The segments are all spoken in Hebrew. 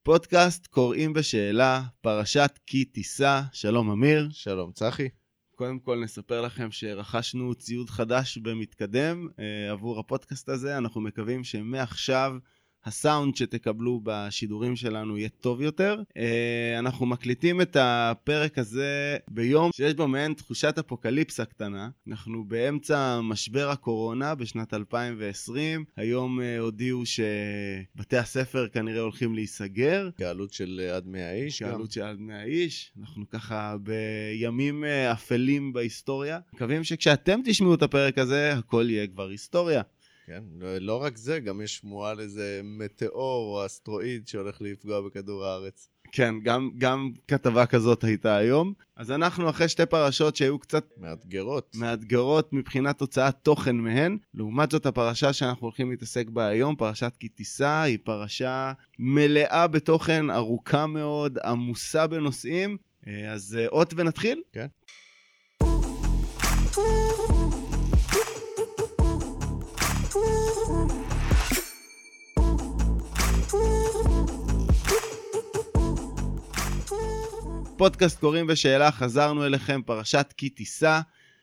פודקאסט קוראים בשאלה, פרשת כי תישא. שלום אמיר. שלום צחי. קודם כל נספר לכם שרכשנו ציוד חדש במתקדם עבור הפודקאסט הזה. אנחנו מקווים שמעכשיו הסאונד שתקבלו בשידורים שלנו יהיה טוב יותר. אנחנו מקליטים את הפרק הזה ביום שיש בו מעין תחושת אפוקליפסה קטנה. אנחנו באמצע משבר הקורונה בשנת 2020. היום הודיעו שבתי הספר כנראה הולכים להיסגר. גאלות של עד 100 איש. גאלות של עד 100 איש. אנחנו ככה בימים אפלים בהיסטוריה. מקווים שכשאתם תשמעו את הפרק הזה, הכל יהיה כבר היסטוריה. כן, לא רק זה, גם יש שמועה על איזה מטאור או אסטרואיד שהולך לפגוע בכדור הארץ. כן, גם כתבה כזאת הייתה היום. אז אנחנו אחרי שתי פרשות שהיו קצת מאתגרות מבחינת הוצאת תוכן מהן. לעומת זאת הפרשה שאנחנו הולכים להתעסק בה היום, פרשת כי תישא, היא פרשה מלאה בתוכן, ארוכה מאוד, עמוסה בנושאים. אז אות ונתחיל? כן. פודקאסט קוראים בשאלה, חזרנו אליכם, פרשת כי תישא.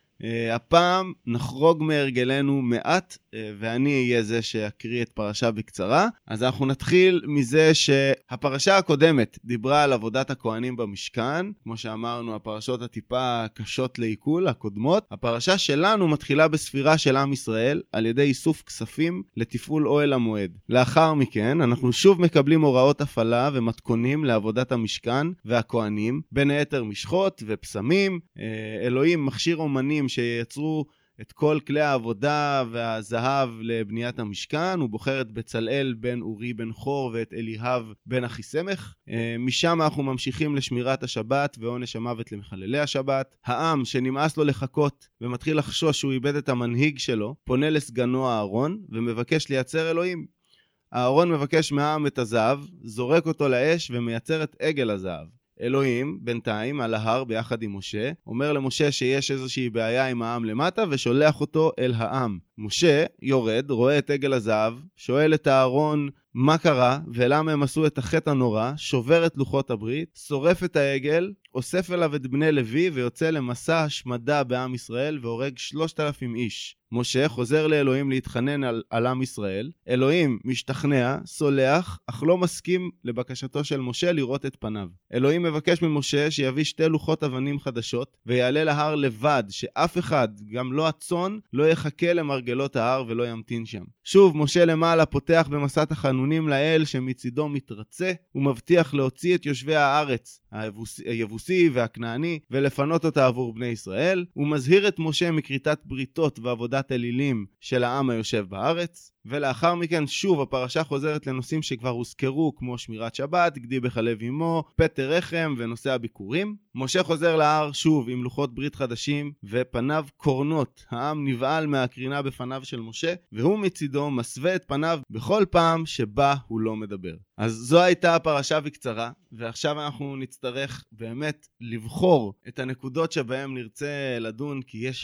הפעם נחרוג מהרגלנו מעט, ואני אהיה זה שאקריא את פרשה בקצרה. אז אנחנו נתחיל מזה שהפרשה הקודמת דיברה על עבודת הכהנים במשכן. כמו שאמרנו, הפרשות הטיפה קשות לעיכול, הקודמות. הפרשה שלנו מתחילה בספירה של עם ישראל, על ידי איסוף כספים לתפעול אוהל המועד. לאחר מכן, אנחנו שוב מקבלים הוראות הפעלה ומתכונים לעבודת המשכן והכהנים, בין היתר משחות ופסמים. אלוהים מכשיר אומנים שיצרו את כל כלי העבודה והזהב לבניית המשכן. הוא בוחר את בצלאל בן אורי בן חור ואת אליהב בן אחיסמך. משם אנחנו ממשיכים לשמירת השבת ועונש המוות למחללי השבת. העם שנמאס לו לחכות ומתחיל לחשוש שהוא איבד את המנהיג שלו, פונה לסגנו אהרון ומבקש לייצר אלוהים. אהרון מבקש מהעם את הזהב, זורק אותו לאש ומייצר את עגל הזהב. אלוהים בינתיים על ההר ביחד עם משה, אומר למשה שיש איזושהי בעיה עם העם למטה ושולח אותו אל העם. משה יורד, רואה את עגל הזהב, שואל את אהרון מה קרה ולמה הם עשו את החטא הנורא, שובר את לוחות הברית, שורף את העגל, אוסף אליו את בני לוי ויוצא למסע השמדה בעם ישראל והורג 3,000 איש. משה חוזר לאלוהים להתחנן על עם ישראל. אלוהים משתכנע, סולח, אך לא מסכים לבקשתו של משה לראות את פניו. אלוהים מבקש ממשה שיביא 2 לוחות אבנים חדשות ויעלה להר לבד, שאף אחד, גם לא הצאן, לא יחכה למרגלות ההר ולא ימתין שם. שוב משה למעלה פותח במסע תחנונים לאל שמצידו מתרצה ומבטיח להוציא את יושבי הארץ, היבוסי והכנעני, ולפנות אותה עבור בני ישראל. הוא מזהיר את משה מכריתת בריתות ועבודת אלילים של העם היושב בארץ. ולאחר מכן שוב הפרשה חוזרת לנושאים שכבר הוזכרו, כמו שמירת שבת, גדי בחלב אמו, פטר רחם ונושא הביקורים. משה חוזר להר שוב עם לוחות ברית חדשים ופניו קורנות. העם נבעל מהקרינה בפניו של משה, והוא מצידו מסווה את פניו בכל פעם שבה הוא לא מדבר. אז זו הייתה הפרשה בקצרה, ועכשיו אנחנו נצטרך באמת לבחור את הנקודות שבהם נרצה לדון, כי יש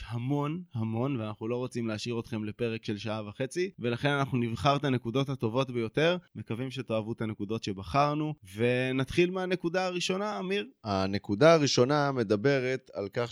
המון ואנחנו לא רוצים להשאיר אתכם לפרק של 1.5 שעה, ולכן אנחנו נבחר את הנקודות הטובות ביותר. מקווים שתאהבו את הנקודות שבחרנו, ונתחיל מהנקודה הראשונה. אמיר? הנקודה הראשונה מדברת על כך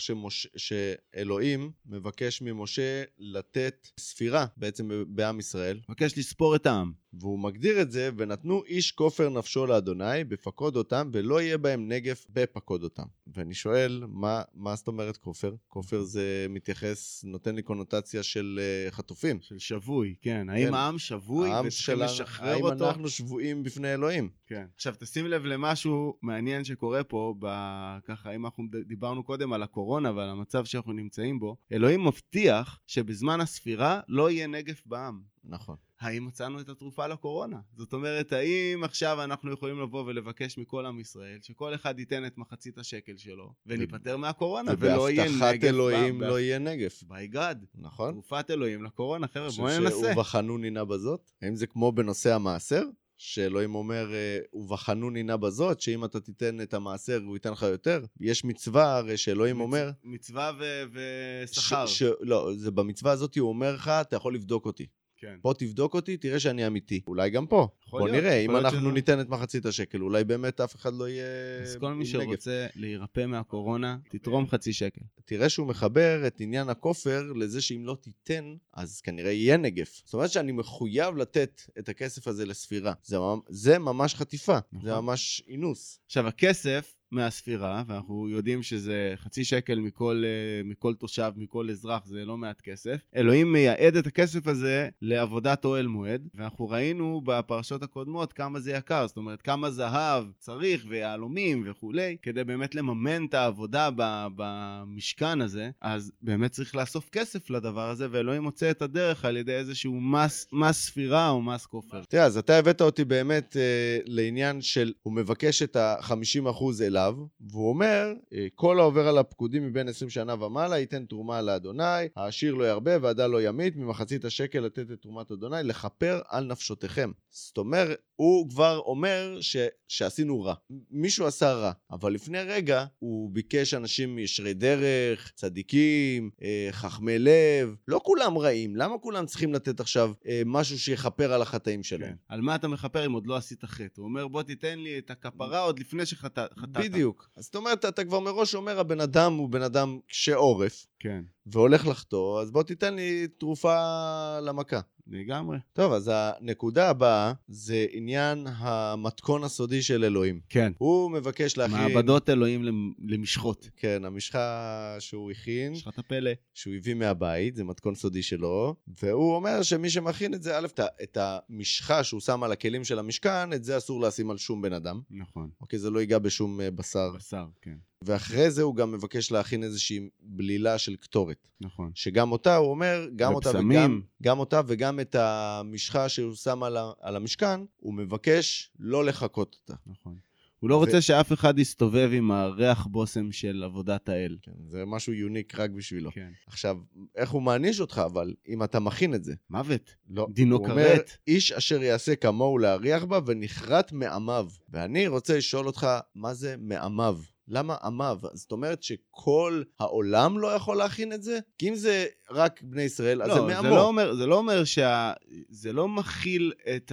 שאלוהים מבקש ממשה לתת ספירה בעצם בעם ישראל. מבקש לספור את העם. והוא מגדיר את זה, ונתנו איש כופר נפשו לאדוני בפקוד אותם, ולא יהיה בהם נגף בפקוד אותם. ואני שואל, מה זאת אומרת כופר? כופר זה מתייחס, נותן לי קונוטציה של חטופים. של שבוי, כן. האם העם שבוי וצריכים לשחרר אותו? האם אנחנו שבויים בפני אלוהים? כן. עכשיו תשים לב למשהו מעניין שקורה פה, ככה, אם אנחנו דיברנו קודם על הקורונה ועל המצב שאנחנו נמצאים בו, אלוהים מבטיח שבזמן הספירה לא יהיה נגף בעם. נכון. האם מצאנו את התרופה לקורונה? זאת אומרת, האם עכשיו אנחנו יכולים לבוא ולבקש מכל עם ישראל, שכל אחד ייתן את מחצית השקל שלו, וניפטר מהקורונה, ולא יהיה נגף. ובהבטחת אלוהים לא יהיה נגף. ביי גד. נכון. תרופת אלוהים לקורונה, חבר'ה, בואו ננסה. ובחנו נינה בזאת? האם זה כמו בנושא המעשר? שאלוהים אומר, ובחנו נינה בזאת, שאם אתה תיתן את המעשר, הוא ייתן לך יותר. יש מצווה, הרי שאלוהים אומר... מצווה ושכר. לא, זה במצווה הזאת הוא אומר לך, אתה יכול לבדוק אותי. כן. בוא תבדוק אותי, תראה שאני אמיתי. אולי גם פה. בוא נראה, אם אנחנו ניתן את מחצית השקל, אולי באמת אף אחד לא יהיה עם נגף. אז כל מי שרוצה להירפא מהקורונה, תתרום חצי שקל. תראה שהוא מחבר את עניין הכופר לזה שאם לא תיתן, אז כנראה יהיה נגף. זאת אומרת שאני מחויב לתת את הכסף הזה לספירה. זה ממש חטיפה, זה ממש אינוס. עכשיו, הכסף מהספירה, ואנחנו יודעים שזה חצי שקל מכל תושב, מכל אזרח, זה לא מעט כסף. אלוהים מייעד את הכסף הזה לעבודת אוהל מועד, ואנחנו ראינו בפרשות הקודמות כמה זה יקר, זאת אומרת כמה זהב צריך ויהלומים וכולי, כדי באמת לממן את העבודה במשכן הזה, אז באמת צריך לאסוף כסף לדבר הזה, ואלוהים מוצא את הדרך על ידי איזשהו מס ספירה או מס כופר. תראה, אז אתה הבאת אותי באמת לעניין של, הוא מבקש את ה-50% אליו, והוא אומר, כל העובר על הפקודים מבין 20 שנה ומעלה, ייתן תרומה לאדוני, העשיר לא ירבה ועדה לא ימית, ממחצית השקל לתת את תרומת אדוני, לכפר על נפשותיכם. זאת אומרת, הוא כבר אומר שעשינו רע. מישהו עשה רע, אבל לפני רגע הוא ביקש אנשים ישרי דרך, צדיקים, חכמי לב, לא כולם רעים. למה כולם צריכים לתת עכשיו משהו שיחפר על החטאים שלהם? כן. על מה אתה מחפר אם עוד לא עשית חטא? הוא אומר, בוא תיתן לי את הכפרה עוד לפני שחטאת. בדיוק. אז זאת אומרת, אתה כבר מראש אומר, הבן אדם הוא בן אדם קשה עורף, כן. והולך לחטוא, אז בוא תיתן לי תרופה למכה. לגמרי. טוב, אז הנקודה הבאה זה עניין המתכון הסודי של אלוהים. כן. הוא מבקש להכין... מעבדות אלוהים למשחות. כן, המשחה שהוא הכין. משחת הפלא. שהוא הביא מהבית, זה מתכון סודי שלו. והוא אומר שמי שמכין את זה, א', את המשחה שהוא שם על הכלים של המשכן, את זה אסור לשים על שום בן אדם. נכון. אוקיי, זה לא ייגע בשום בשר. בשר, כן. ואחרי זה הוא גם מבקש להכין איזושהי בלילה של קטורת. נכון. שגם אותה, הוא אומר, גם אותה וגם את המשחה שהוא שם על המשכן, הוא מבקש לא לחכות אותה. נכון. הוא לא רוצה שאף אחד יסתובב עם הריח בוסם של עבודת האל. כן, זה משהו יוניק רק בשבילו. כן. עכשיו, איך הוא מעניש אותך, אבל אם אתה מכין את זה? מוות. לא. דינו הוא כרת. אומר, איש אשר יעשה כמוהו להריח בה ונחרט מעמיו. ואני רוצה לשאול אותך, מה זה מעמיו? למה עמיו? זאת אומרת שכל העולם לא יכול להכין את זה? כי אם זה רק בני ישראל, אז זה מעמו. זה לא אומר זה לא מכיל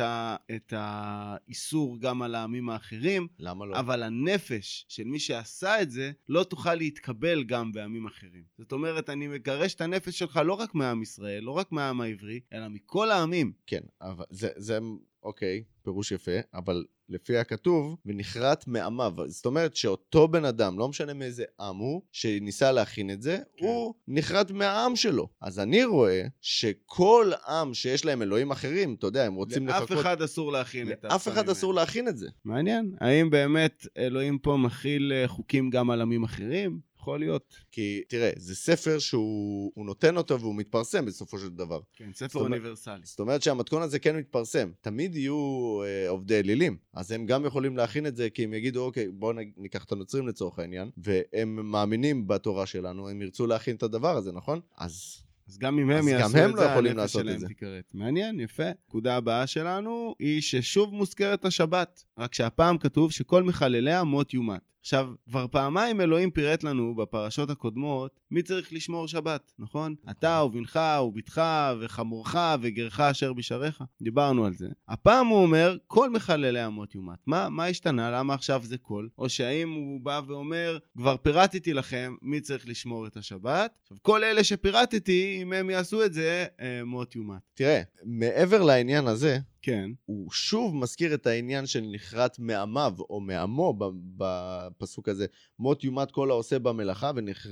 את האיסור גם על העמים האחרים. למה לא? אבל הנפש של מי שעשה את זה לא תוכל להתקבל גם בעמים אחרים. זאת אומרת, אני מגרש את הנפש שלך לא רק מעם ישראל, לא רק מהעם העברי, אלא מכל העמים. כן, אבל זה אוקיי, פירוש יפה, אבל לפי הכתוב, ונחרט מעמיו. זאת אומרת שאותו בן אדם, לא משנה מאיזה עם הוא, שניסה להכין את זה, כן. הוא נחרט מהעם שלו. אז אני רואה שכל עם שיש להם אלוהים אחרים, אתה יודע, הם רוצים לחכות... לאף אחד אסור להכין את זה. לאף אחד אסור להכין את זה. מעניין. האם באמת אלוהים פה מכיל חוקים גם על עמים אחרים? יכול להיות. כי תראה, זה ספר שהוא נותן אותו והוא מתפרסם בסופו של דבר. כן, ספר אוניברסלי. זאת אומרת שהמתכון הזה כן מתפרסם. תמיד יהיו עובדי אלילים, אז הם גם יכולים להכין את זה, כי הם יגידו, אוקיי, בואו ניקח את הנוצרים לצורך העניין, והם מאמינים בתורה שלנו, הם ירצו להכין את הדבר הזה, נכון? אז גם אם הם יעשו את לא זה, יכולים הנפש לעשות שלהם את זה. תקראת. מעניין, יפה. נקודה הבאה שלנו היא ששוב מוזכרת השבת, רק שהפעם כתוב שכל מחלליה מות יומת. עכשיו, כבר פעמיים אלוהים פירט לנו בפרשות הקודמות מי צריך לשמור שבת, נכון? אתה ובנך ובתך וחמורך וגרך אשר בשעריך. דיברנו על זה. הפעם הוא אומר, כל מחלליה מות יומת. מה השתנה? למה עכשיו זה כל? או שהאם הוא בא ואומר, כבר פירטתי לכם מי צריך לשמור את השבת. עכשיו, כל אלה שפירטתי, אם הם יעשו את זה, מות יומת. תראה, מעבר לעניין הזה, כן. הוא שוב מזכיר את העניין של נחרט מעמיו או מעמו בפסוק הזה, מות יומת כל העושה במלאכה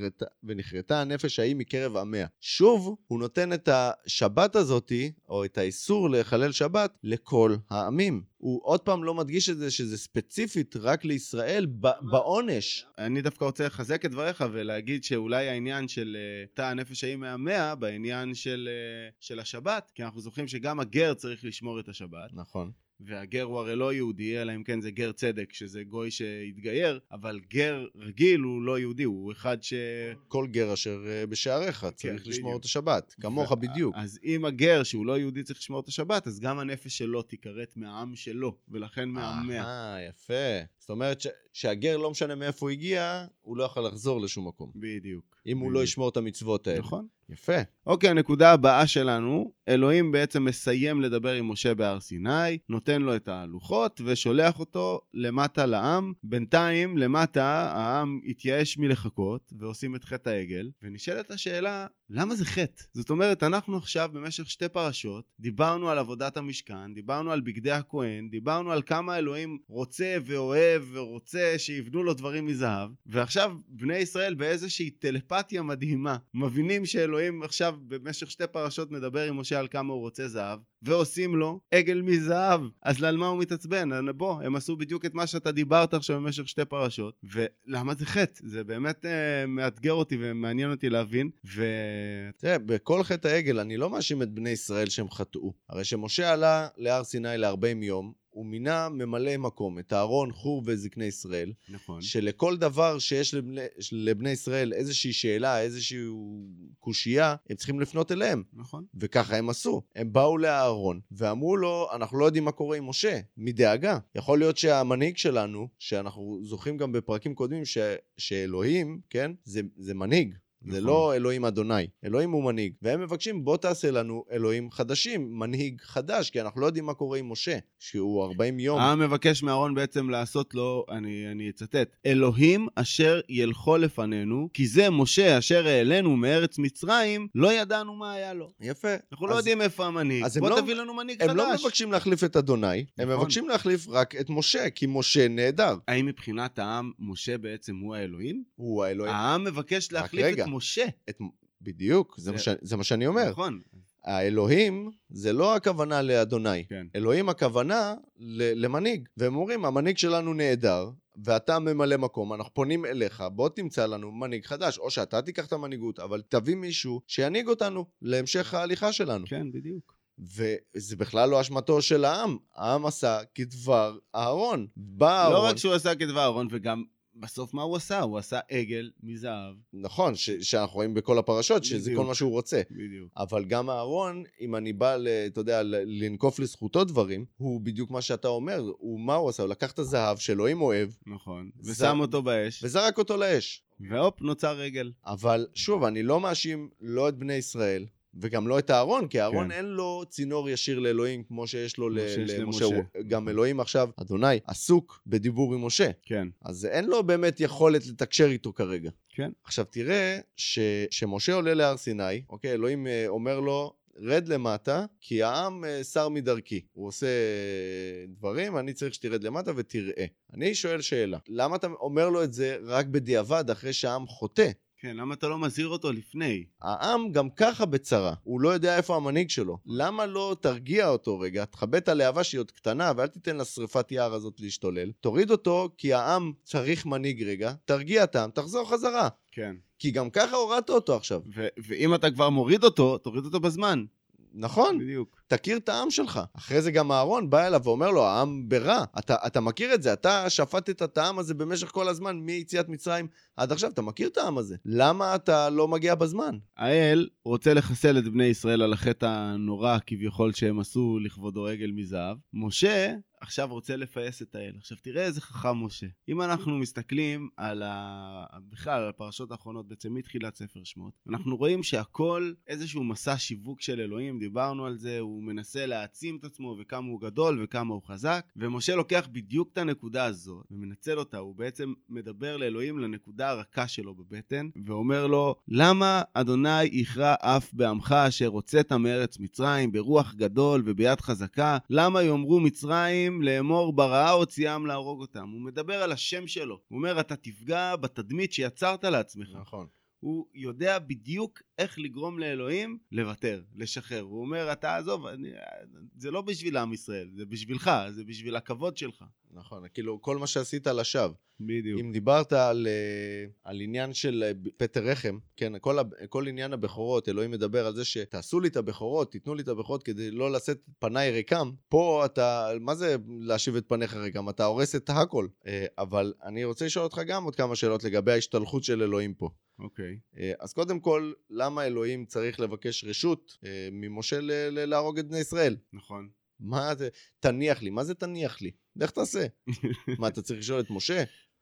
ונחרטה הנפש ההיא מקרב עמיה. שוב הוא נותן את השבת הזאת או את האיסור לחלל שבת לכל העמים. הוא עוד פעם לא מדגיש את זה שזה ספציפית רק לישראל בעונש. אני דווקא רוצה לחזק את דבריך ולהגיד שאולי העניין של תא הנפש ההיא מהמאה בעניין של השבת, כי אנחנו זוכרים שגם הגר צריך לשמור את השבת. נכון. והגר הוא הרי לא יהודי, אלא אם כן זה גר צדק, שזה גוי שהתגייר, אבל גר רגיל הוא לא יהודי, הוא אחד כל גר אשר בשעריך צריך לשמור את השבת, כמוך בדיוק. אז אם הגר שהוא לא יהודי צריך לשמור את השבת, אז גם הנפש שלו תיקראת מהעם שלו, ולכן מהמאה. יפה. זאת אומרת שהגר לא משנה מאיפה הוא הגיע, הוא לא יכול לחזור לשום מקום. בדיוק. אם הוא לא ישמור את המצוות האלה. נכון. יפה. אוקיי, הנקודה הבאה שלנו, אלוהים בעצם מסיים לדבר עם משה בהר סיני, נותן לו את הלוחות ושולח אותו למטה לעם. בינתיים למטה העם התייאש מלחכות ועושים את חטא העגל, ונשאלת השאלה, למה זה חטא? זאת אומרת, אנחנו עכשיו במשך 2 פרשות, דיברנו על עבודת המשכן, דיברנו על בגדי הכהן, דיברנו על כמה אלוהים רוצה ואוהב ורוצה שיבנו לו דברים מזהב, ועכשיו בני ישראל באיזושהי טלפתיה מדהימה, מבינים שאלוהים עכשיו במשך 2 פרשות מדבר עם משה על כמה הוא רוצה זהב, ועושים לו עגל מזהב. אז על מה הוא מתעצבן? בוא, הם עשו בדיוק את מה שאתה דיברת עכשיו במשך 2 פרשות, ולמה זה חטא? זה באמת מאתגר אותי ומעניין אותי להבין, תראה, בכל חטא העגל אני לא מאשים את בני ישראל שהם חטאו. הרי שמשה עלה להר סיני ל40 יום, הוא מינה ממלא מקום, את אהרון, חור וזקני ישראל. נכון. שלכל דבר שיש לבני ישראל איזושהי שאלה, איזושהי קושייה, הם צריכים לפנות אליהם. נכון. וככה הם עשו. הם באו לאהרון ואמרו לו, אנחנו לא יודעים מה קורה עם משה, מדאגה. יכול להיות שהמנהיג שלנו, שאנחנו זוכרים גם בפרקים קודמים, שאלוהים, כן, זה מנהיג. זה נכון. לא אלוהים אדוני, אלוהים הוא מנהיג. והם מבקשים, בוא תעשה לנו אלוהים חדשים, מנהיג חדש, כי אנחנו לא יודעים מה קורה עם משה, שהוא 40 יום. העם מבקש מאהרון בעצם לעשות לו, אני אצטט, אלוהים אשר ילכו לפנינו, כי זה משה אשר העלינו מארץ מצרים, לא ידענו מה היה לו. יפה. אנחנו לא יודעים איפה המנהיג. בוא תביא לנו מנהיג חדש. הם לא מבקשים להחליף את אדוני, הם מבקשים להחליף רק את משה, כי משה נהדר. האם מבחינת העם, משה בעצם הוא האלוהים? הוא האלוהים. העם מבקש להחליף את משה. בדיוק, זה מה שאני אומר. נכון. האלוהים זה לא הכוונה לאדוני. כן. אלוהים הכוונה למנהיג. והם אומרים, המנהיג שלנו נהדר, ואתה ממלא מקום, אנחנו פונים אליך, בוא תמצא לנו מנהיג חדש, או שאתה תיקח את המנהיגות, אבל תביא מישהו שינהיג אותנו להמשך ההליכה שלנו. כן, בדיוק. וזה בכלל לא אשמתו של העם. העם עשה כדבר אהרון. לא רק שהוא עשה כדבר אהרון, וגם בסוף מה הוא עשה? הוא עשה עגל מזהב. נכון, שאנחנו רואים בכל הפרשות, שזה כל מה שהוא רוצה. בדיוק. אבל גם אהרון, אם אני בא, אתה יודע, לנקוף לזכותו דברים, הוא בדיוק מה שאתה אומר. מה הוא עשה? הוא לקח את הזהב שאלוהים אוהב. נכון. ושם אותו באש. וזרק אותו לאש. והופ, נוצר עגל. אבל שוב, אני לא מאשים לא את בני ישראל, וגם לא את אהרון, כי אהרון כן. אין לו צינור ישיר לאלוהים כמו שיש לו למשה. גם אלוהים עכשיו, אדוני, עסוק בדיבור עם משה. כן. אז אין לו באמת יכולת לתקשר איתו כרגע. כן. עכשיו תראה שמשה עולה להר סיני, אוקיי, אלוהים אומר לו, רד למטה, כי העם שר מדרכי. הוא עושה דברים, אני צריך שתרד למטה ותראה. אני שואל שאלה, למה אתה אומר לו את זה רק בדיעבד אחרי שהעם חוטא? כן, למה אתה לא מזהיר אותו לפני? העם גם ככה בצרה, הוא לא יודע איפה המנהיג שלו. למה לא תרגיע אותו רגע, תכבה את הלהבה שהיא עוד קטנה, ואל תיתן לשריפת יער הזאת להשתולל. תוריד אותו, כי העם צריך מנהיג רגע, תרגיע את העם, תחזור חזרה. כן. כי גם ככה הורדת אותו עכשיו. ואם אתה כבר מוריד אותו, תוריד אותו בזמן. נכון, בדיוק. תכיר את העם שלך. אחרי זה גם אהרון בא אליו ואומר לו, העם ברע. אתה מכיר את זה, אתה שפטת את העם הזה במשך כל הזמן, מיציאת מצרים עד עכשיו, אתה מכיר את העם הזה. למה אתה לא מגיע בזמן? האל רוצה לחסל את בני ישראל על החטא הנורא כביכול שהם עשו לכבודו עגל מזהב. משה עכשיו רוצה לפייס את האל. עכשיו תראה איזה חכם משה. אם אנחנו מסתכלים על בכלל על הפרשות האחרונות, בעצם מתחילת ספר שמות, אנחנו רואים שהכל איזשהו מסע שיווק של אלוהים, דיברנו על זה, הוא מנסה להעצים את עצמו וכמה הוא גדול וכמה הוא חזק, ומשה לוקח בדיוק את הנקודה הזאת ומנצל אותה. הוא בעצם מדבר לאלוהים לנקודה הרכה שלו בבטן, ואומר לו, למה אדוני יכרע אף בעמך אשר הוצאת מארץ מצרים ברוח גדול וביד חזקה? למה יאמרו מצרים לאמור ברעה הוציאם להרוג אותם? הוא מדבר על השם שלו. הוא אומר, אתה תפגע בתדמית שיצרת לעצמך. נכון. הוא יודע בדיוק איך לגרום לאלוהים לוותר, לשחרר. הוא אומר, אתה עזוב, זה לא בשביל עם ישראל, זה בשבילך, זה בשביל הכבוד שלך. נכון, כאילו כל מה שעשית לשווא. בדיוק. אם דיברת על עניין של פטר רחם, כן, כל עניין הבכורות, אלוהים מדבר על זה שתעשו לי את הבכורות, תיתנו לי את הבכורות כדי לא לשאת פניי ריקם. פה אתה, מה זה להשיב את פניך ריקם? אתה הורס את הכל. אבל אני רוצה לשאול אותך גם עוד כמה שאלות לגבי ההשתלחות של אלוהים פה. אוקיי. אז קודם כל, למה אלוהים צריך לבקש רשות ממשה להרוג את בני ישראל? נכון. מה זה? תניח לי. מה זה תניח לי? לך תעשה. מה, אתה צריך לשאול את משה?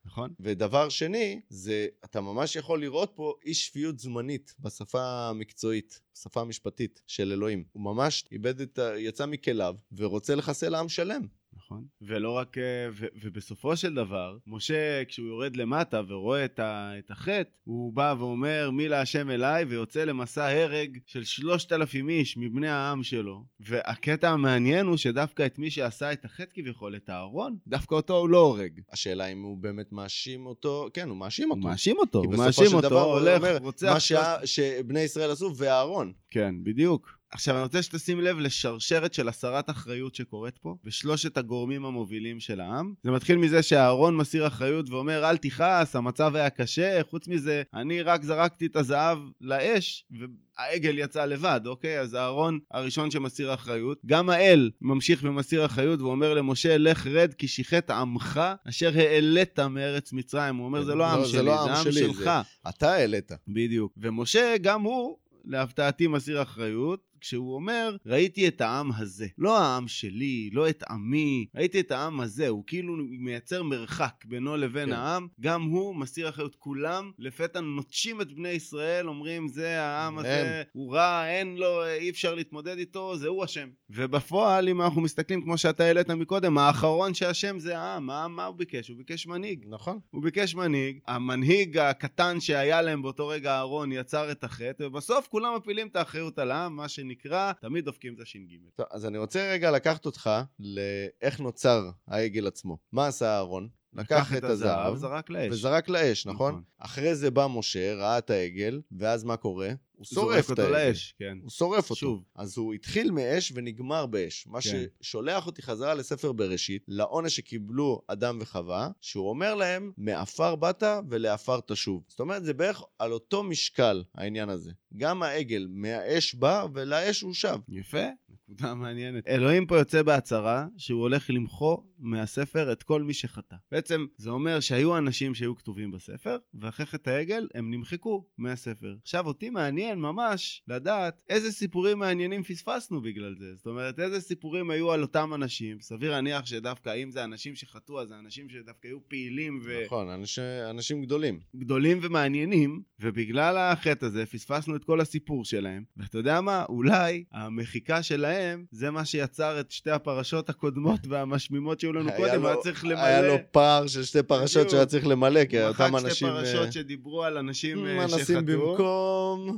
נכון? ודבר שני, זה, אתה ממש יכול לראות פה אי שפיות זמנית בשפה המקצועית, בשפה המשפטית של אלוהים. הוא ממש יצא מכליו ורוצה לחסל עם שלם. נכון. ולא רק, ובסופו של דבר, משה, כשהוא יורד למטה ורואה את החטא, הוא בא ואומר, מי להשם אליי, ויוצא למסע הרג של 3,000 איש מבני העם שלו. והקטע המעניין הוא שדווקא את מי שעשה את החטא כביכול, את הארון, דווקא אותו הוא לא הורג. השאלה אם הוא באמת מאשים אותו, כן, הוא מאשים אותו. הוא מאשים אותו, כי הוא בסופו מאשים של אותו, דבר הוא הולך, אומר, רוצח. מה שבני ישראל עשו, והארון. כן, בדיוק. עכשיו אני רוצה שתשים לב לשרשרת של הסרת אחריות שקורית פה, ושלושת הגורמים המובילים של העם. זה מתחיל מזה שהארון מסיר אחריות ואומר, אל תכעס, המצב היה קשה, חוץ מזה, אני רק זרקתי את הזהב לאש, והעגל יצא לבד, אוקיי? אז הארון הראשון שמסיר אחריות. גם האל ממשיך ומסיר אחריות, ואומר למשה, לך רד, כי שיחת עמך, אשר העלית מארץ מצרים. הוא אומר, זה לא העם שלי, זה העם שלך. אתה העלית. בדיוק. ומשה, גם הוא, להפתעתי מסיר אחריות, כשהוא אומר, ראיתי את העם הזה. לא העם שלי, לא את עמי, ראיתי את העם הזה. הוא כאילו מייצר מרחק בינו לבין העם. גם הוא מסיר אחריות. כולם לפתע נוטשים את בני ישראל, אומרים, זה העם הזה, הוא רע, אין לו, אי אפשר להתמודד איתו, זה הוא השם. ובפועל, אם אנחנו מסתכלים, כמו שאתה העלית מקודם, האחרון שהשם זה העם. העם, מה הוא ביקש? הוא ביקש מנהיג. נכון. הוא ביקש מנהיג. המנהיג הקטן שהיה להם באותו רגע הארון יצר את החטא, ובסוף כולם מפילים את האחריות על העם, מה שנקרא, תמיד דופקים את הש"ג. טוב, אז אני רוצה רגע לקחת אותך לאיך נוצר העגל עצמו. מה עשה הארון? לקח את הזהב וזרק לאש, נכון? אחרי זה בא משה, ראה את העגל, ואז מה קורה? הוא שורף את העגל. כן. הוא שורף אותו. שוב. אז הוא התחיל מאש ונגמר באש. מה כן. ששולח אותי חזרה לספר בראשית, לעונש שקיבלו אדם וחווה, שהוא אומר להם, מעפר באת ולעפר תשוב. זאת אומרת, זה בערך על אותו משקל, העניין הזה. גם העגל מהאש בא ולאש הוא שב. יפה, נקודה מעניינת. אלוהים פה יוצא בהצהרה שהוא הולך למחוא מהספר את כל מי שחטא. בעצם זה אומר שהיו אנשים שהיו כתובים בספר, ואחרי חטא העגל הם נמחקו מהספר. עכשיו אותי מעניין ממש לדעת איזה סיפורים מעניינים פספסנו בגלל זה. זאת אומרת, איזה סיפורים היו על אותם אנשים. סביר להניח שדווקא אם זה אנשים שחטאו, אז זה אנשים שדווקא היו פעילים נכון, אנשים גדולים. גדולים ומעניינים, ובגלל החטא הזה פספסנו את כל הסיפור שלהם. ואתה יודע מה? אולי המחיקה שלהם זה מה שיצר את שתי הפרשות הקודמות והמשמימות שהיו לנו קודם, היה צריך למלא. היה לו פער של שתי פרשות שהיה צריך למלא, כי אותם אנשים... שתי פרשות שדיברו על אנשים שחטאו. מנסים במקום...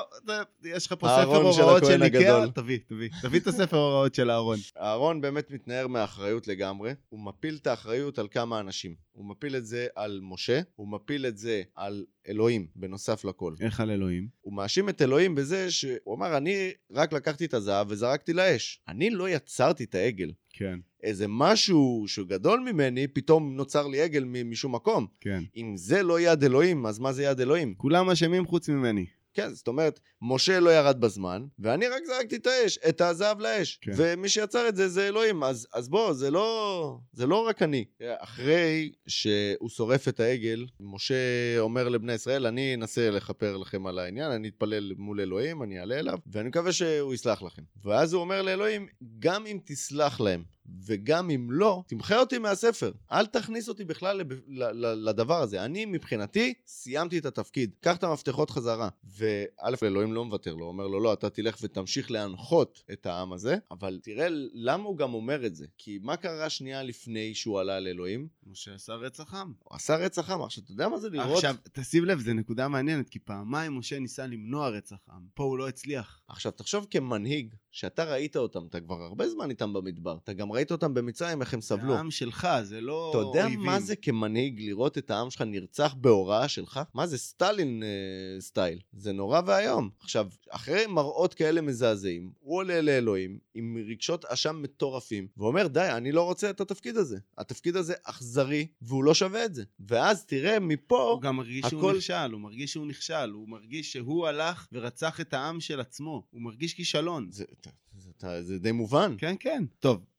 יש לך פה ספר הוראות של איקאה? תביא את הספר הוראות של הארון. הארון באמת מתנער מהאחריות לגמרי. הוא מפיל את האחריות על כמה אנשים. הוא מפיל את זה על משה, הוא מפיל את זה על אלוהים, בנוסף לכל. איך על אלוהים? הוא מאשים את אלוהים בזה שהוא אמר, אני רק לקחתי את הזהב וזרקתי לאש. אני לא יצרתי את העגל. כן. איזה משהו שגדול ממני, פתאום נוצר לי עגל משום מקום. כן. אם זה לא יד אלוהים, אז מה זה יד אלוהים? כולם אשמים חוץ ממני. כן, זאת אומרת, משה לא ירד בזמן, ואני רק זרקתי את האש, את הזהב לאש. כן. ומי שיצר את זה זה אלוהים, אז בוא, זה לא רק אני. אחרי שהוא שורף את העגל, משה אומר לבני ישראל, אני אנסה לכפר לכם על העניין, אני אתפלל מול אלוהים, אני אעלה אליו, ואני מקווה שהוא יסלח לכם. ואז הוא אומר לאלוהים, גם אם תסלח להם, וגם אם לא, תמחה אותי מהספר. אל תכניס אותי בכלל לדבר הזה. אני מבחינתי סיימתי את התפקיד. קח את המפתחות חזרה. וא' אלוהים לא מוותר לו. הוא אומר לו, לא, אתה תלך ותמשיך להנחות את העם הזה. אבל תראה למה הוא גם אומר את זה. כי מה קרה שנייה לפני שהוא עלה לאלוהים? משה עשה רצח עם. הוא עשה רצח עם. עכשיו, אתה יודע מה זה לראות? עכשיו, תשים לב, זה נקודה מעניינת. כי פעמיים משה ניסה למנוע רצח עם. פה הוא לא הצליח. עכשיו, תחשוב כמנהיג, שאתה ראית אותם, אתה כבר הרבה זמן איתם במדבר, אתה גם ראית אותם במצרים, איך הם סבלו. העם שלך, זה לא אתה יודע אויבים. מה זה כמנהיג לראות את העם שלך נרצח בהוראה שלך? מה זה סטלין סטייל? זה נורא והיום. עכשיו, אחרי מראות כאלה מזעזעים, הוא עולה לאלוהים עם רגשות אשם מטורפים, ואומר, די, אני לא רוצה את התפקיד הזה. התפקיד הזה אכזרי, והוא לא שווה את זה. ואז תראה מפה... הוא גם מרגיש שהוא נכשל, הוא מרגיש שהוא נכשל, הוא מרגיש שהוא הלך ורצח את העם של עצמו. הוא מרגיש כישלון. זה די מובן. כן, כן. טוב,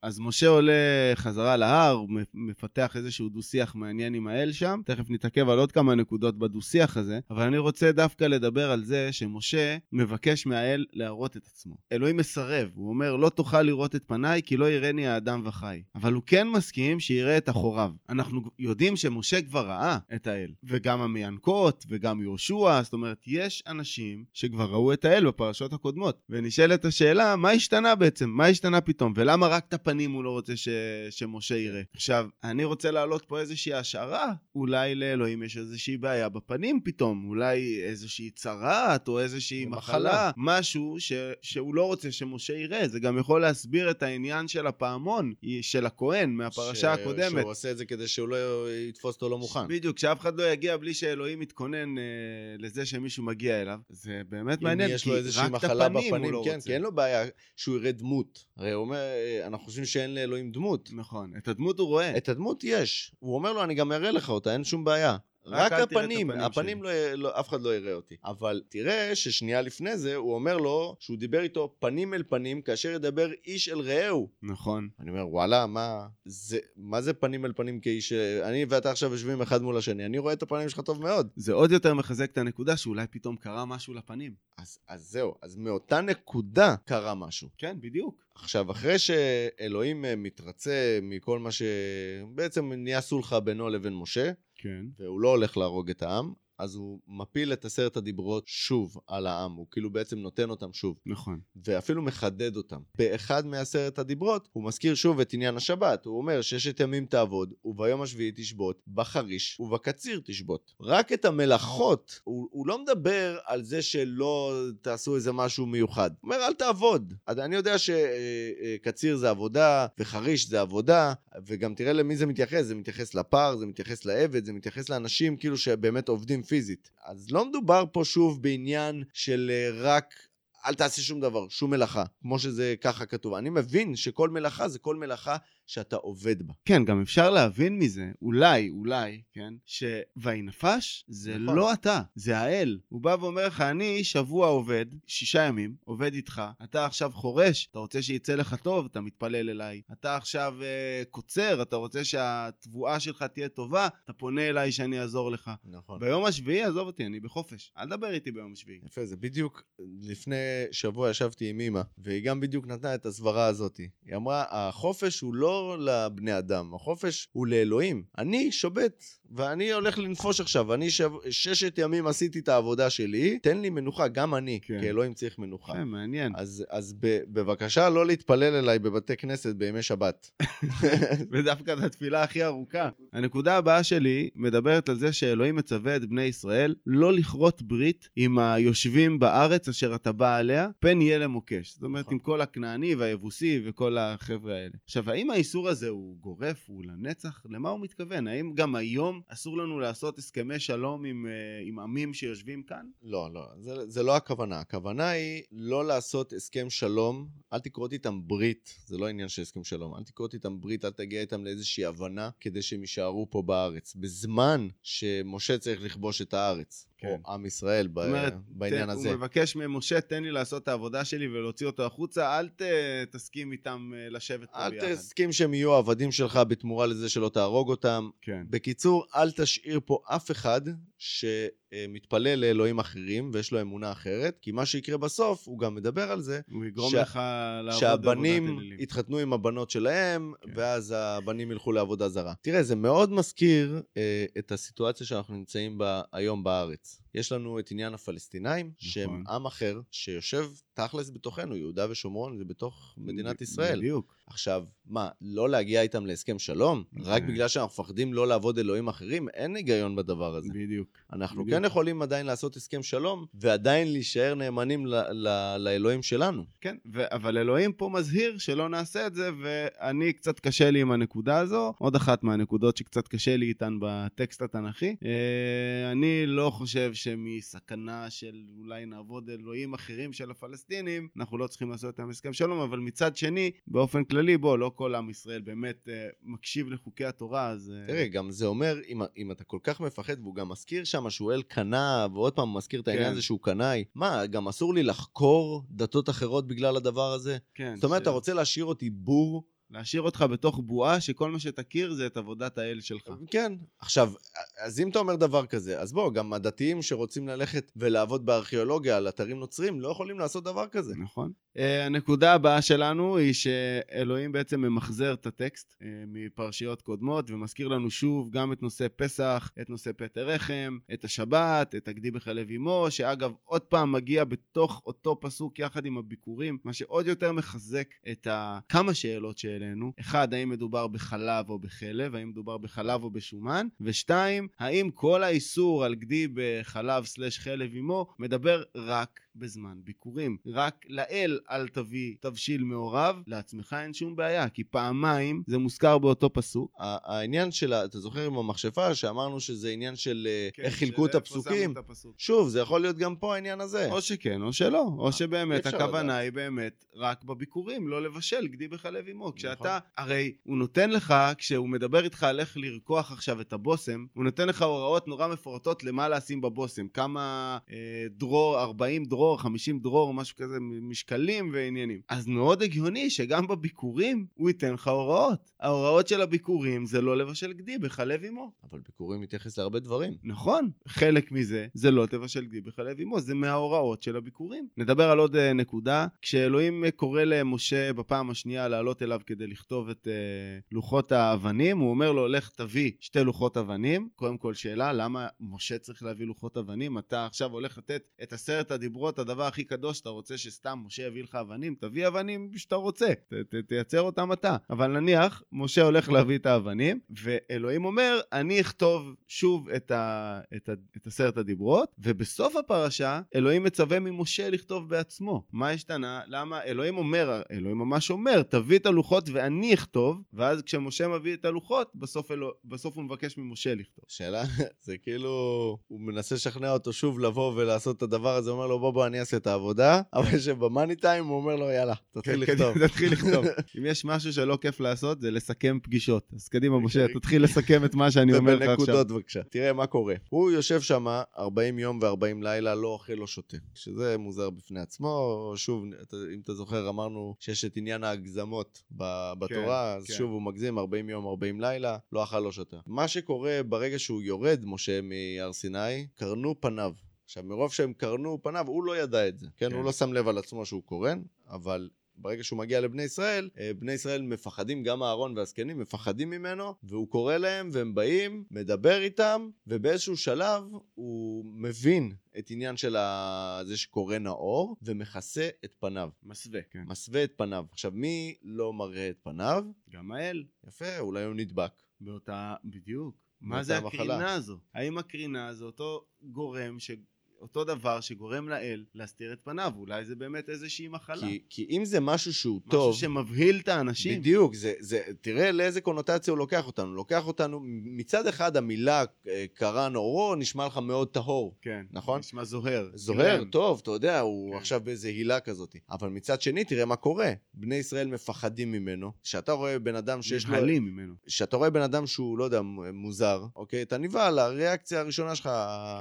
אז משה עולה חזרה להר, הוא מפתח איזשהו דו-שיח מעניין עם האל שם, תכף נתעכב על עוד כמה נקודות בדו-שיח הזה, אבל אני רוצה דווקא לדבר על זה שמשה מבקש מהאל להראות את עצמו. אלוהים מסרב, הוא אומר, לא תוכל לראות את פניי, כי לא יראני האדם וחי. אבל הוא כן מסכים שיראה את אחוריו. אנחנו יודעים שמשה כבר ראה את האל, וגם המענקות, וגם יהושע, זאת אומרת, יש אנשים שכבר ראו את האל בפרשות הקודמות, ונשאלת השאלה, מה השתנה בעצם? מה השתנה פתאום? ולמה רק את הפנים הוא לא רוצה שמשה יראה? עכשיו, אני רוצה להעלות פה איזושהי השערה, אולי לאלוהים יש איזושהי בעיה בפנים פתאום, אולי איזושהי צרת או איזושהי מחלה, משהו שהוא לא רוצה שמשה יראה. זה גם יכול להסביר את העניין של הפעמון, של הכהן מהפרשה הקודמת. שהוא עושה את זה כדי שהוא לא יתפוס אותו לא מוכן. בדיוק, שאף אחד לא יגיע בלי שאלוהים יתכונן לזה שמישהו מגיע אליו. זה באמת מעניין, כי רק את הפנים הוא לא רוצה. כן, כי אין לו בעיה שהוא יראה דמות. הרי הוא אומר, אנחנו חושבים שאין לאלוהים דמות. נכון, את הדמות הוא רואה. את הדמות יש. הוא אומר לו, אני גם אראה לך אותה, אין שום בעיה. רק הפנים אף אחד לא יראה אותי. אבל תראה ששנייה לפני זה הוא אומר לו שהוא דיבר איתו פנים אל פנים כאשר ידבר איש אל רעהו. נכון. אני אומר וואלה, מה זה פנים אל פנים כאיש? אני ואתה עכשיו יושבים אחד מול השני, אני רואה את הפנים שלך טוב מאוד. זה עוד יותר מחזק את הנקודה שאולי פתאום קרה משהו לפנים. אז זהו, אז מאותה נקודה קרה משהו. כן, בדיוק. עכשיו, אחרי שאלוהים מתרצה מכל מה שבעצם נהיה סולחה בינו לבין משה, כן. והוא לא הולך להרוג את העם, אז הוא מפיל את 10 הדיברות שוב על העם, הוא כאילו בעצם נותן אותם שוב. נכון. ואפילו מחדד אותם. באחד מ10 הדיברות, הוא מזכיר שוב את עניין השבת. הוא אומר 6 ימים תעבוד, וביום השביעי תשבות, בחריש ובקציר תשבות. רק את המלאכות, הוא לא מדבר על זה שלא תעשו איזה משהו מיוחד. הוא אומר אל תעבוד. אני יודע שקציר זה עבודה, וחריש זה עבודה, וגם תראה למי זה מתייחס. זה מתייחס לפר, זה מתייחס לעבד, זה מתייחס לאנשים כאילו שבאמת עובדים פיזית. אז לא מדובר פה שוב בעניין של רק אל תעשה שום דבר, שום מלאכה, כמו שזה ככה כתוב. אני מבין שכל מלאכה זה כל מלאכה שאתה עובד בה. כן, גם אפשר להבין מזה, אולי, כן, שוינפש זה נכון. לא אתה, זה האל. הוא בא ואומר לך, אני שבוע עובד, 6 ימים, עובד איתך, אתה עכשיו חורש, אתה רוצה שיצא לך טוב, אתה מתפלל אליי. אתה עכשיו קוצר, אתה רוצה שהתבואה שלך תהיה טובה, אתה פונה אליי שאני אעזור לך. נכון. ביום השביעי, עזוב אותי, אני בחופש. אל דבר איתי ביום השביעי. יפה, זה בדיוק, לפני שבוע ישבתי עם אמא, והיא גם בדיוק נתנה את הסברה הזאת. היא אמרה, החופש הוא לא לבני אדם, החופש הוא לאלוהים. אני שובת, ואני הולך לנפוש עכשיו, אני 6 ימים עשיתי את העבודה שלי, תן לי מנוחה, גם אני, כן. כי אלוהים צריך מנוחה. כן, מעניין. אז בבקשה לא להתפלל אליי בבתי כנסת בימי שבת. ודווקא את התפילה הכי ארוכה. הנקודה הבאה שלי מדברת על זה שאלוהים מצווה את בני ישראל לא לכרות ברית עם היושבים בארץ אשר אתה בא עליה, פן יהיה למוקש. זאת אומרת, עם כל הכנעני והיבוסי וכל החבר'ה האלה. עכשיו, האם האיסור הזה הוא גורף, הוא לנצח? למה הוא מתכוון? האם גם היום אסור לנו לעשות הסכמי שלום עם עמים שיושבים כאן? לא, זה לא הכוונה. הכוונה היא לא לעשות הסכם שלום, אל תקרות איתם ברית, זה לא עניין של הסכם שלום, אל תקרות איתם ברית, אל תגיע איתם לאיזושהי הבנה כדי שהם יישארו פה בארץ. בזמן שמשה צריך לכבוש את הארץ. כן. או עם ישראל בעניין הזה. הוא מבקש ממשה, תן לי לעשות את העבודה שלי ולהוציא אותו החוצה, אל תסכים איתם לשבת פה ביחד. אל תסכים שהם יהיו עבדים שלך בתמורה לזה שלא תהרוג אותם. כן. בקיצור, אל תשאיר פה אף אחד שמתפלל לאלוהים אחרים ויש לו אמונה אחרת, כי מה שיקרה בסוף, הוא גם מדבר על זה, הוא יגרום לך לעבוד שהבנים יתחתנו עם הבנות שלהם, כן. ואז הבנים ילכו לעבודה זרה. תראה, זה מאוד מזכיר את הסיטואציה שאנחנו נמצאים בה היום בארץ. יש לנו את עניין הפלסטינאים, נכון. שהם עם אחר שיושב תכלס בתוכנו, יהודה ושומרון, זה בתוך מדינת ישראל. בדיוק. עכשיו, מה, לא להגיע איתם להסכם שלום? רק בגלל שאנחנו מפחדים לא לעבוד אלוהים אחרים? אין היגיון בדבר הזה. בדיוק. אנחנו כן יכולים עדיין לעשות הסכם שלום, ועדיין להישאר נאמנים לאלוהים שלנו. כן, אבל אלוהים פה מזהיר שלא נעשה את זה, ואני קצת קשה לי עם הנקודה הזו, עוד אחת מהנקודות שקצת קשה לי איתן בטקסט התנ"כי. אני לא חושב שמסכנה של אולי נעבוד אלוהים אחרים של הפלסטינים, אנחנו לא צריכים לעשות איתם הסכם שלום, אבל מצד שני, באופן כללי, לא כל עם ישראל באמת מקשיב לחוקי התורה, אז... תראה, גם זה אומר, אם אתה כל כך מפחד, והוא גם מזכיר שם שהוא אל קנה, ועוד פעם מזכיר את העניין הזה שהוא קנאי, מה, גם אסור לי לחקור דתות אחרות בגלל הדבר הזה? כן. זאת אומרת, אתה רוצה להשאיר אותי בור להשאיר אותך בתוך בועה שכל מה שתכיר זה את עבודת האל שלך. כן. עכשיו, אז אם אתה אומר דבר כזה, אז בוא, גם הדתיים שרוצים ללכת ולעבוד בארכיאולוגיה על אתרים נוצרים, לא יכולים לעשות דבר כזה. נכון. הנקודה הבאה שלנו היא שאלוהים בעצם ממחזר את הטקסט מפרשיות קודמות, ומזכיר לנו שוב גם את נושא פסח, את נושא פטר רחם, את השבת, את הגדי בחלב אמו, שאגב עוד פעם מגיע בתוך אותו פסוק יחד עם הביקורים, מה שעוד יותר מחזק את כמה שאלות שאלינו. אחד, האם מדובר בחלב או בחלב, האם מדובר בחלב או בשומן, ושתיים, האם כל האיסור על גדי בחלב / חלב אמו מדבר רק בזמן ביקורים. רק לאל אל תביא תבשיל מעורב, לעצמך אין שום בעיה, כי פעמיים זה מוזכר באותו פסוק. העניין של, אתה זוכר עם המחשפה שאמרנו שזה עניין של איך חילקו את הפסוקים? הפסוק. שוב, זה יכול להיות גם פה העניין הזה. או שכן או שלא, או שבאמת הכוונה היא באמת רק בביקורים, לא לבשל גדי בחלב אמו. כשאתה, הרי הוא נותן לך, כשהוא מדבר איתך על איך לרקוח עכשיו את הבוסם, הוא נותן לך הוראות נורא מפורטות למה לשים בבוסם, כמה דרור, 40 דרור, 50 דרור, משהו כזה, משקלים ועניינים. אז מאוד הגיוני שגם בביקורים הוא ייתן לך הוראות. ההוראות של הביקורים זה לא לבשל גדי בחלב אמו. אבל ביקורים מתייחס להרבה דברים. נכון, חלק מזה זה לא תבשל גדי בחלב אמו, זה מההוראות של הביקורים. נדבר על עוד נקודה, כשאלוהים קורא למשה בפעם השנייה לעלות אליו כדי לכתוב את לוחות האבנים, הוא אומר לו, לך תביא 2 לוחות אבנים. קודם כל שאלה, למה משה צריך להביא לוחות אבנים? אתה עכשיו הולך לתת את 10 הדיברות, הדבר הכי קדוש, אתה רוצה שסתם משה יביא לך אבנים, תביא אבנים שאתה רוצה, תייצר אותם אתה. אבל נניח, משה הולך להביא את האבנים, ואלוהים אומר, אני אכתוב שוב את 10 הדיברות, ובסוף הפרשה, אלוהים מצווה ממשה לכתוב בעצמו. מה השתנה? למה? אלוהים ממש אומר, תביא את הלוחות ואני אכתוב, ואז כשמשה מביא את הלוחות, בסוף הוא מבקש ממשה לכתוב. שאלה, זה כאילו, הוא מנסה לשכנע אותו שוב לבוא ולעשות את הדבר הזה, הוא אומר לו, בוא, אני אעשה את העבודה, אבל שבמאני טיים הוא אומר לו, יאללה, תתחיל לכתוב. אם יש משהו שלא כיף לעשות, זה לסכם פגישות. אז קדימה, משה, תתחיל לסכם את מה שאני אומר לך עכשיו. ובנקודות בבקשה. תראה מה קורה. הוא יושב שם 40 יום ו40 לילה, לא אוכל, לא שותה. שזה מוזר בפני עצמו. שוב, אם אתה זוכר, אמרנו שיש את עניין ההגזמות בתורה, אז שוב הוא מגזים 40 יום, 40 לילה, לא אכל, לא שותה. מה שקורה ברגע שהוא יורד, משה מהר סיני, קרנו פניו. עכשיו, מרוב שהם קרנו פניו, הוא לא ידע את זה. כן? הוא לא שם לב על עצמו שהוא קורן, אבל ברגע שהוא מגיע לבני ישראל, בני ישראל מפחדים, גם אהרון והזקנים מפחדים ממנו, והוא קורא להם והם באים, מדבר איתם, ובאיזשהו שלב הוא מבין את עניין של זה שקורא נאור, ומכסה את פניו. מסווה, כן. מסווה את פניו. עכשיו, מי לא מראה את פניו? גם האל. יפה, אולי הוא נדבק. בדיוק. מה זה הקרינה הזו? האם הקרינה זה אותו גורם אותו דבר שגורם לאל להסתיר את פניו, אולי זה באמת איזושהי מחלה. כי אם זה משהו שהוא טוב... משהו שמבהיל את האנשים. בדיוק, תראה לאיזה קונוטציה הוא לוקח אותנו. לוקח אותנו, מצד אחד המילה קרא נאורו נשמע לך מאוד טהור. כן, נכון? נשמע זוהר. זוהר, טוב, אתה יודע, הוא עכשיו באיזה הילה כזאת. אבל מצד שני, תראה מה קורה. בני ישראל מפחדים ממנו. שאתה רואה בן אדם שיש לו... נבהלים ממנו. שאתה רואה בן אדם שהוא, לא יודע, מוזר, אוקיי? אתה נבהל, הריאקציה הראשונה שלך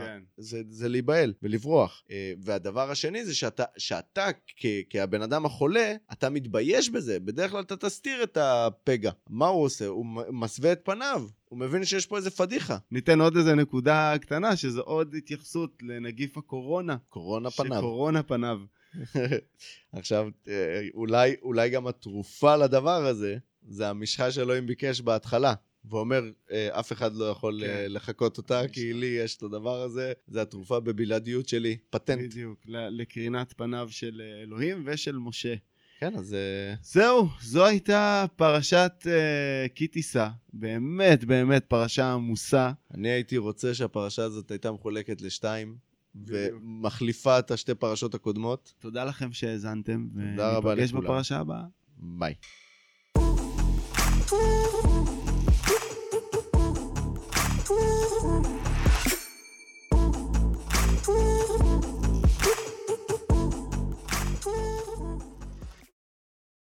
זה להיבהל ולברוח. והדבר השני זה שאתה כבן אדם החולה, אתה מתבייש בזה. בדרך כלל אתה תסתיר את הפגע. מה הוא עושה? הוא מסווה את פניו. הוא מבין שיש פה איזה פדיחה. ניתן עוד איזה נקודה קטנה, שזו עוד התייחסות לנגיף הקורונה. קורונה פניו. שקורונה פניו. עכשיו, אולי גם התרופה לדבר הזה, זה המשחה שאלוהים ביקש בהתחלה. ואומר, אף אחד לא יכול לחכות אותה, כי לי יש את הדבר הזה, זה התרופה בבלעדיות שלי, פטנט. בדיוק, לקרינת פניו של אלוהים ושל משה. כן, אז... זהו, זו הייתה פרשת כי תישא, באמת באמת פרשה עמוסה. אני הייתי רוצה שהפרשה הזאת הייתה מחולקת לשתיים, ומחליפה את השתי פרשות הקודמות. תודה לכם שהאזנתם, תודה רבה לכולם. וניפגש בפרשה הבאה. ביי. Ooh.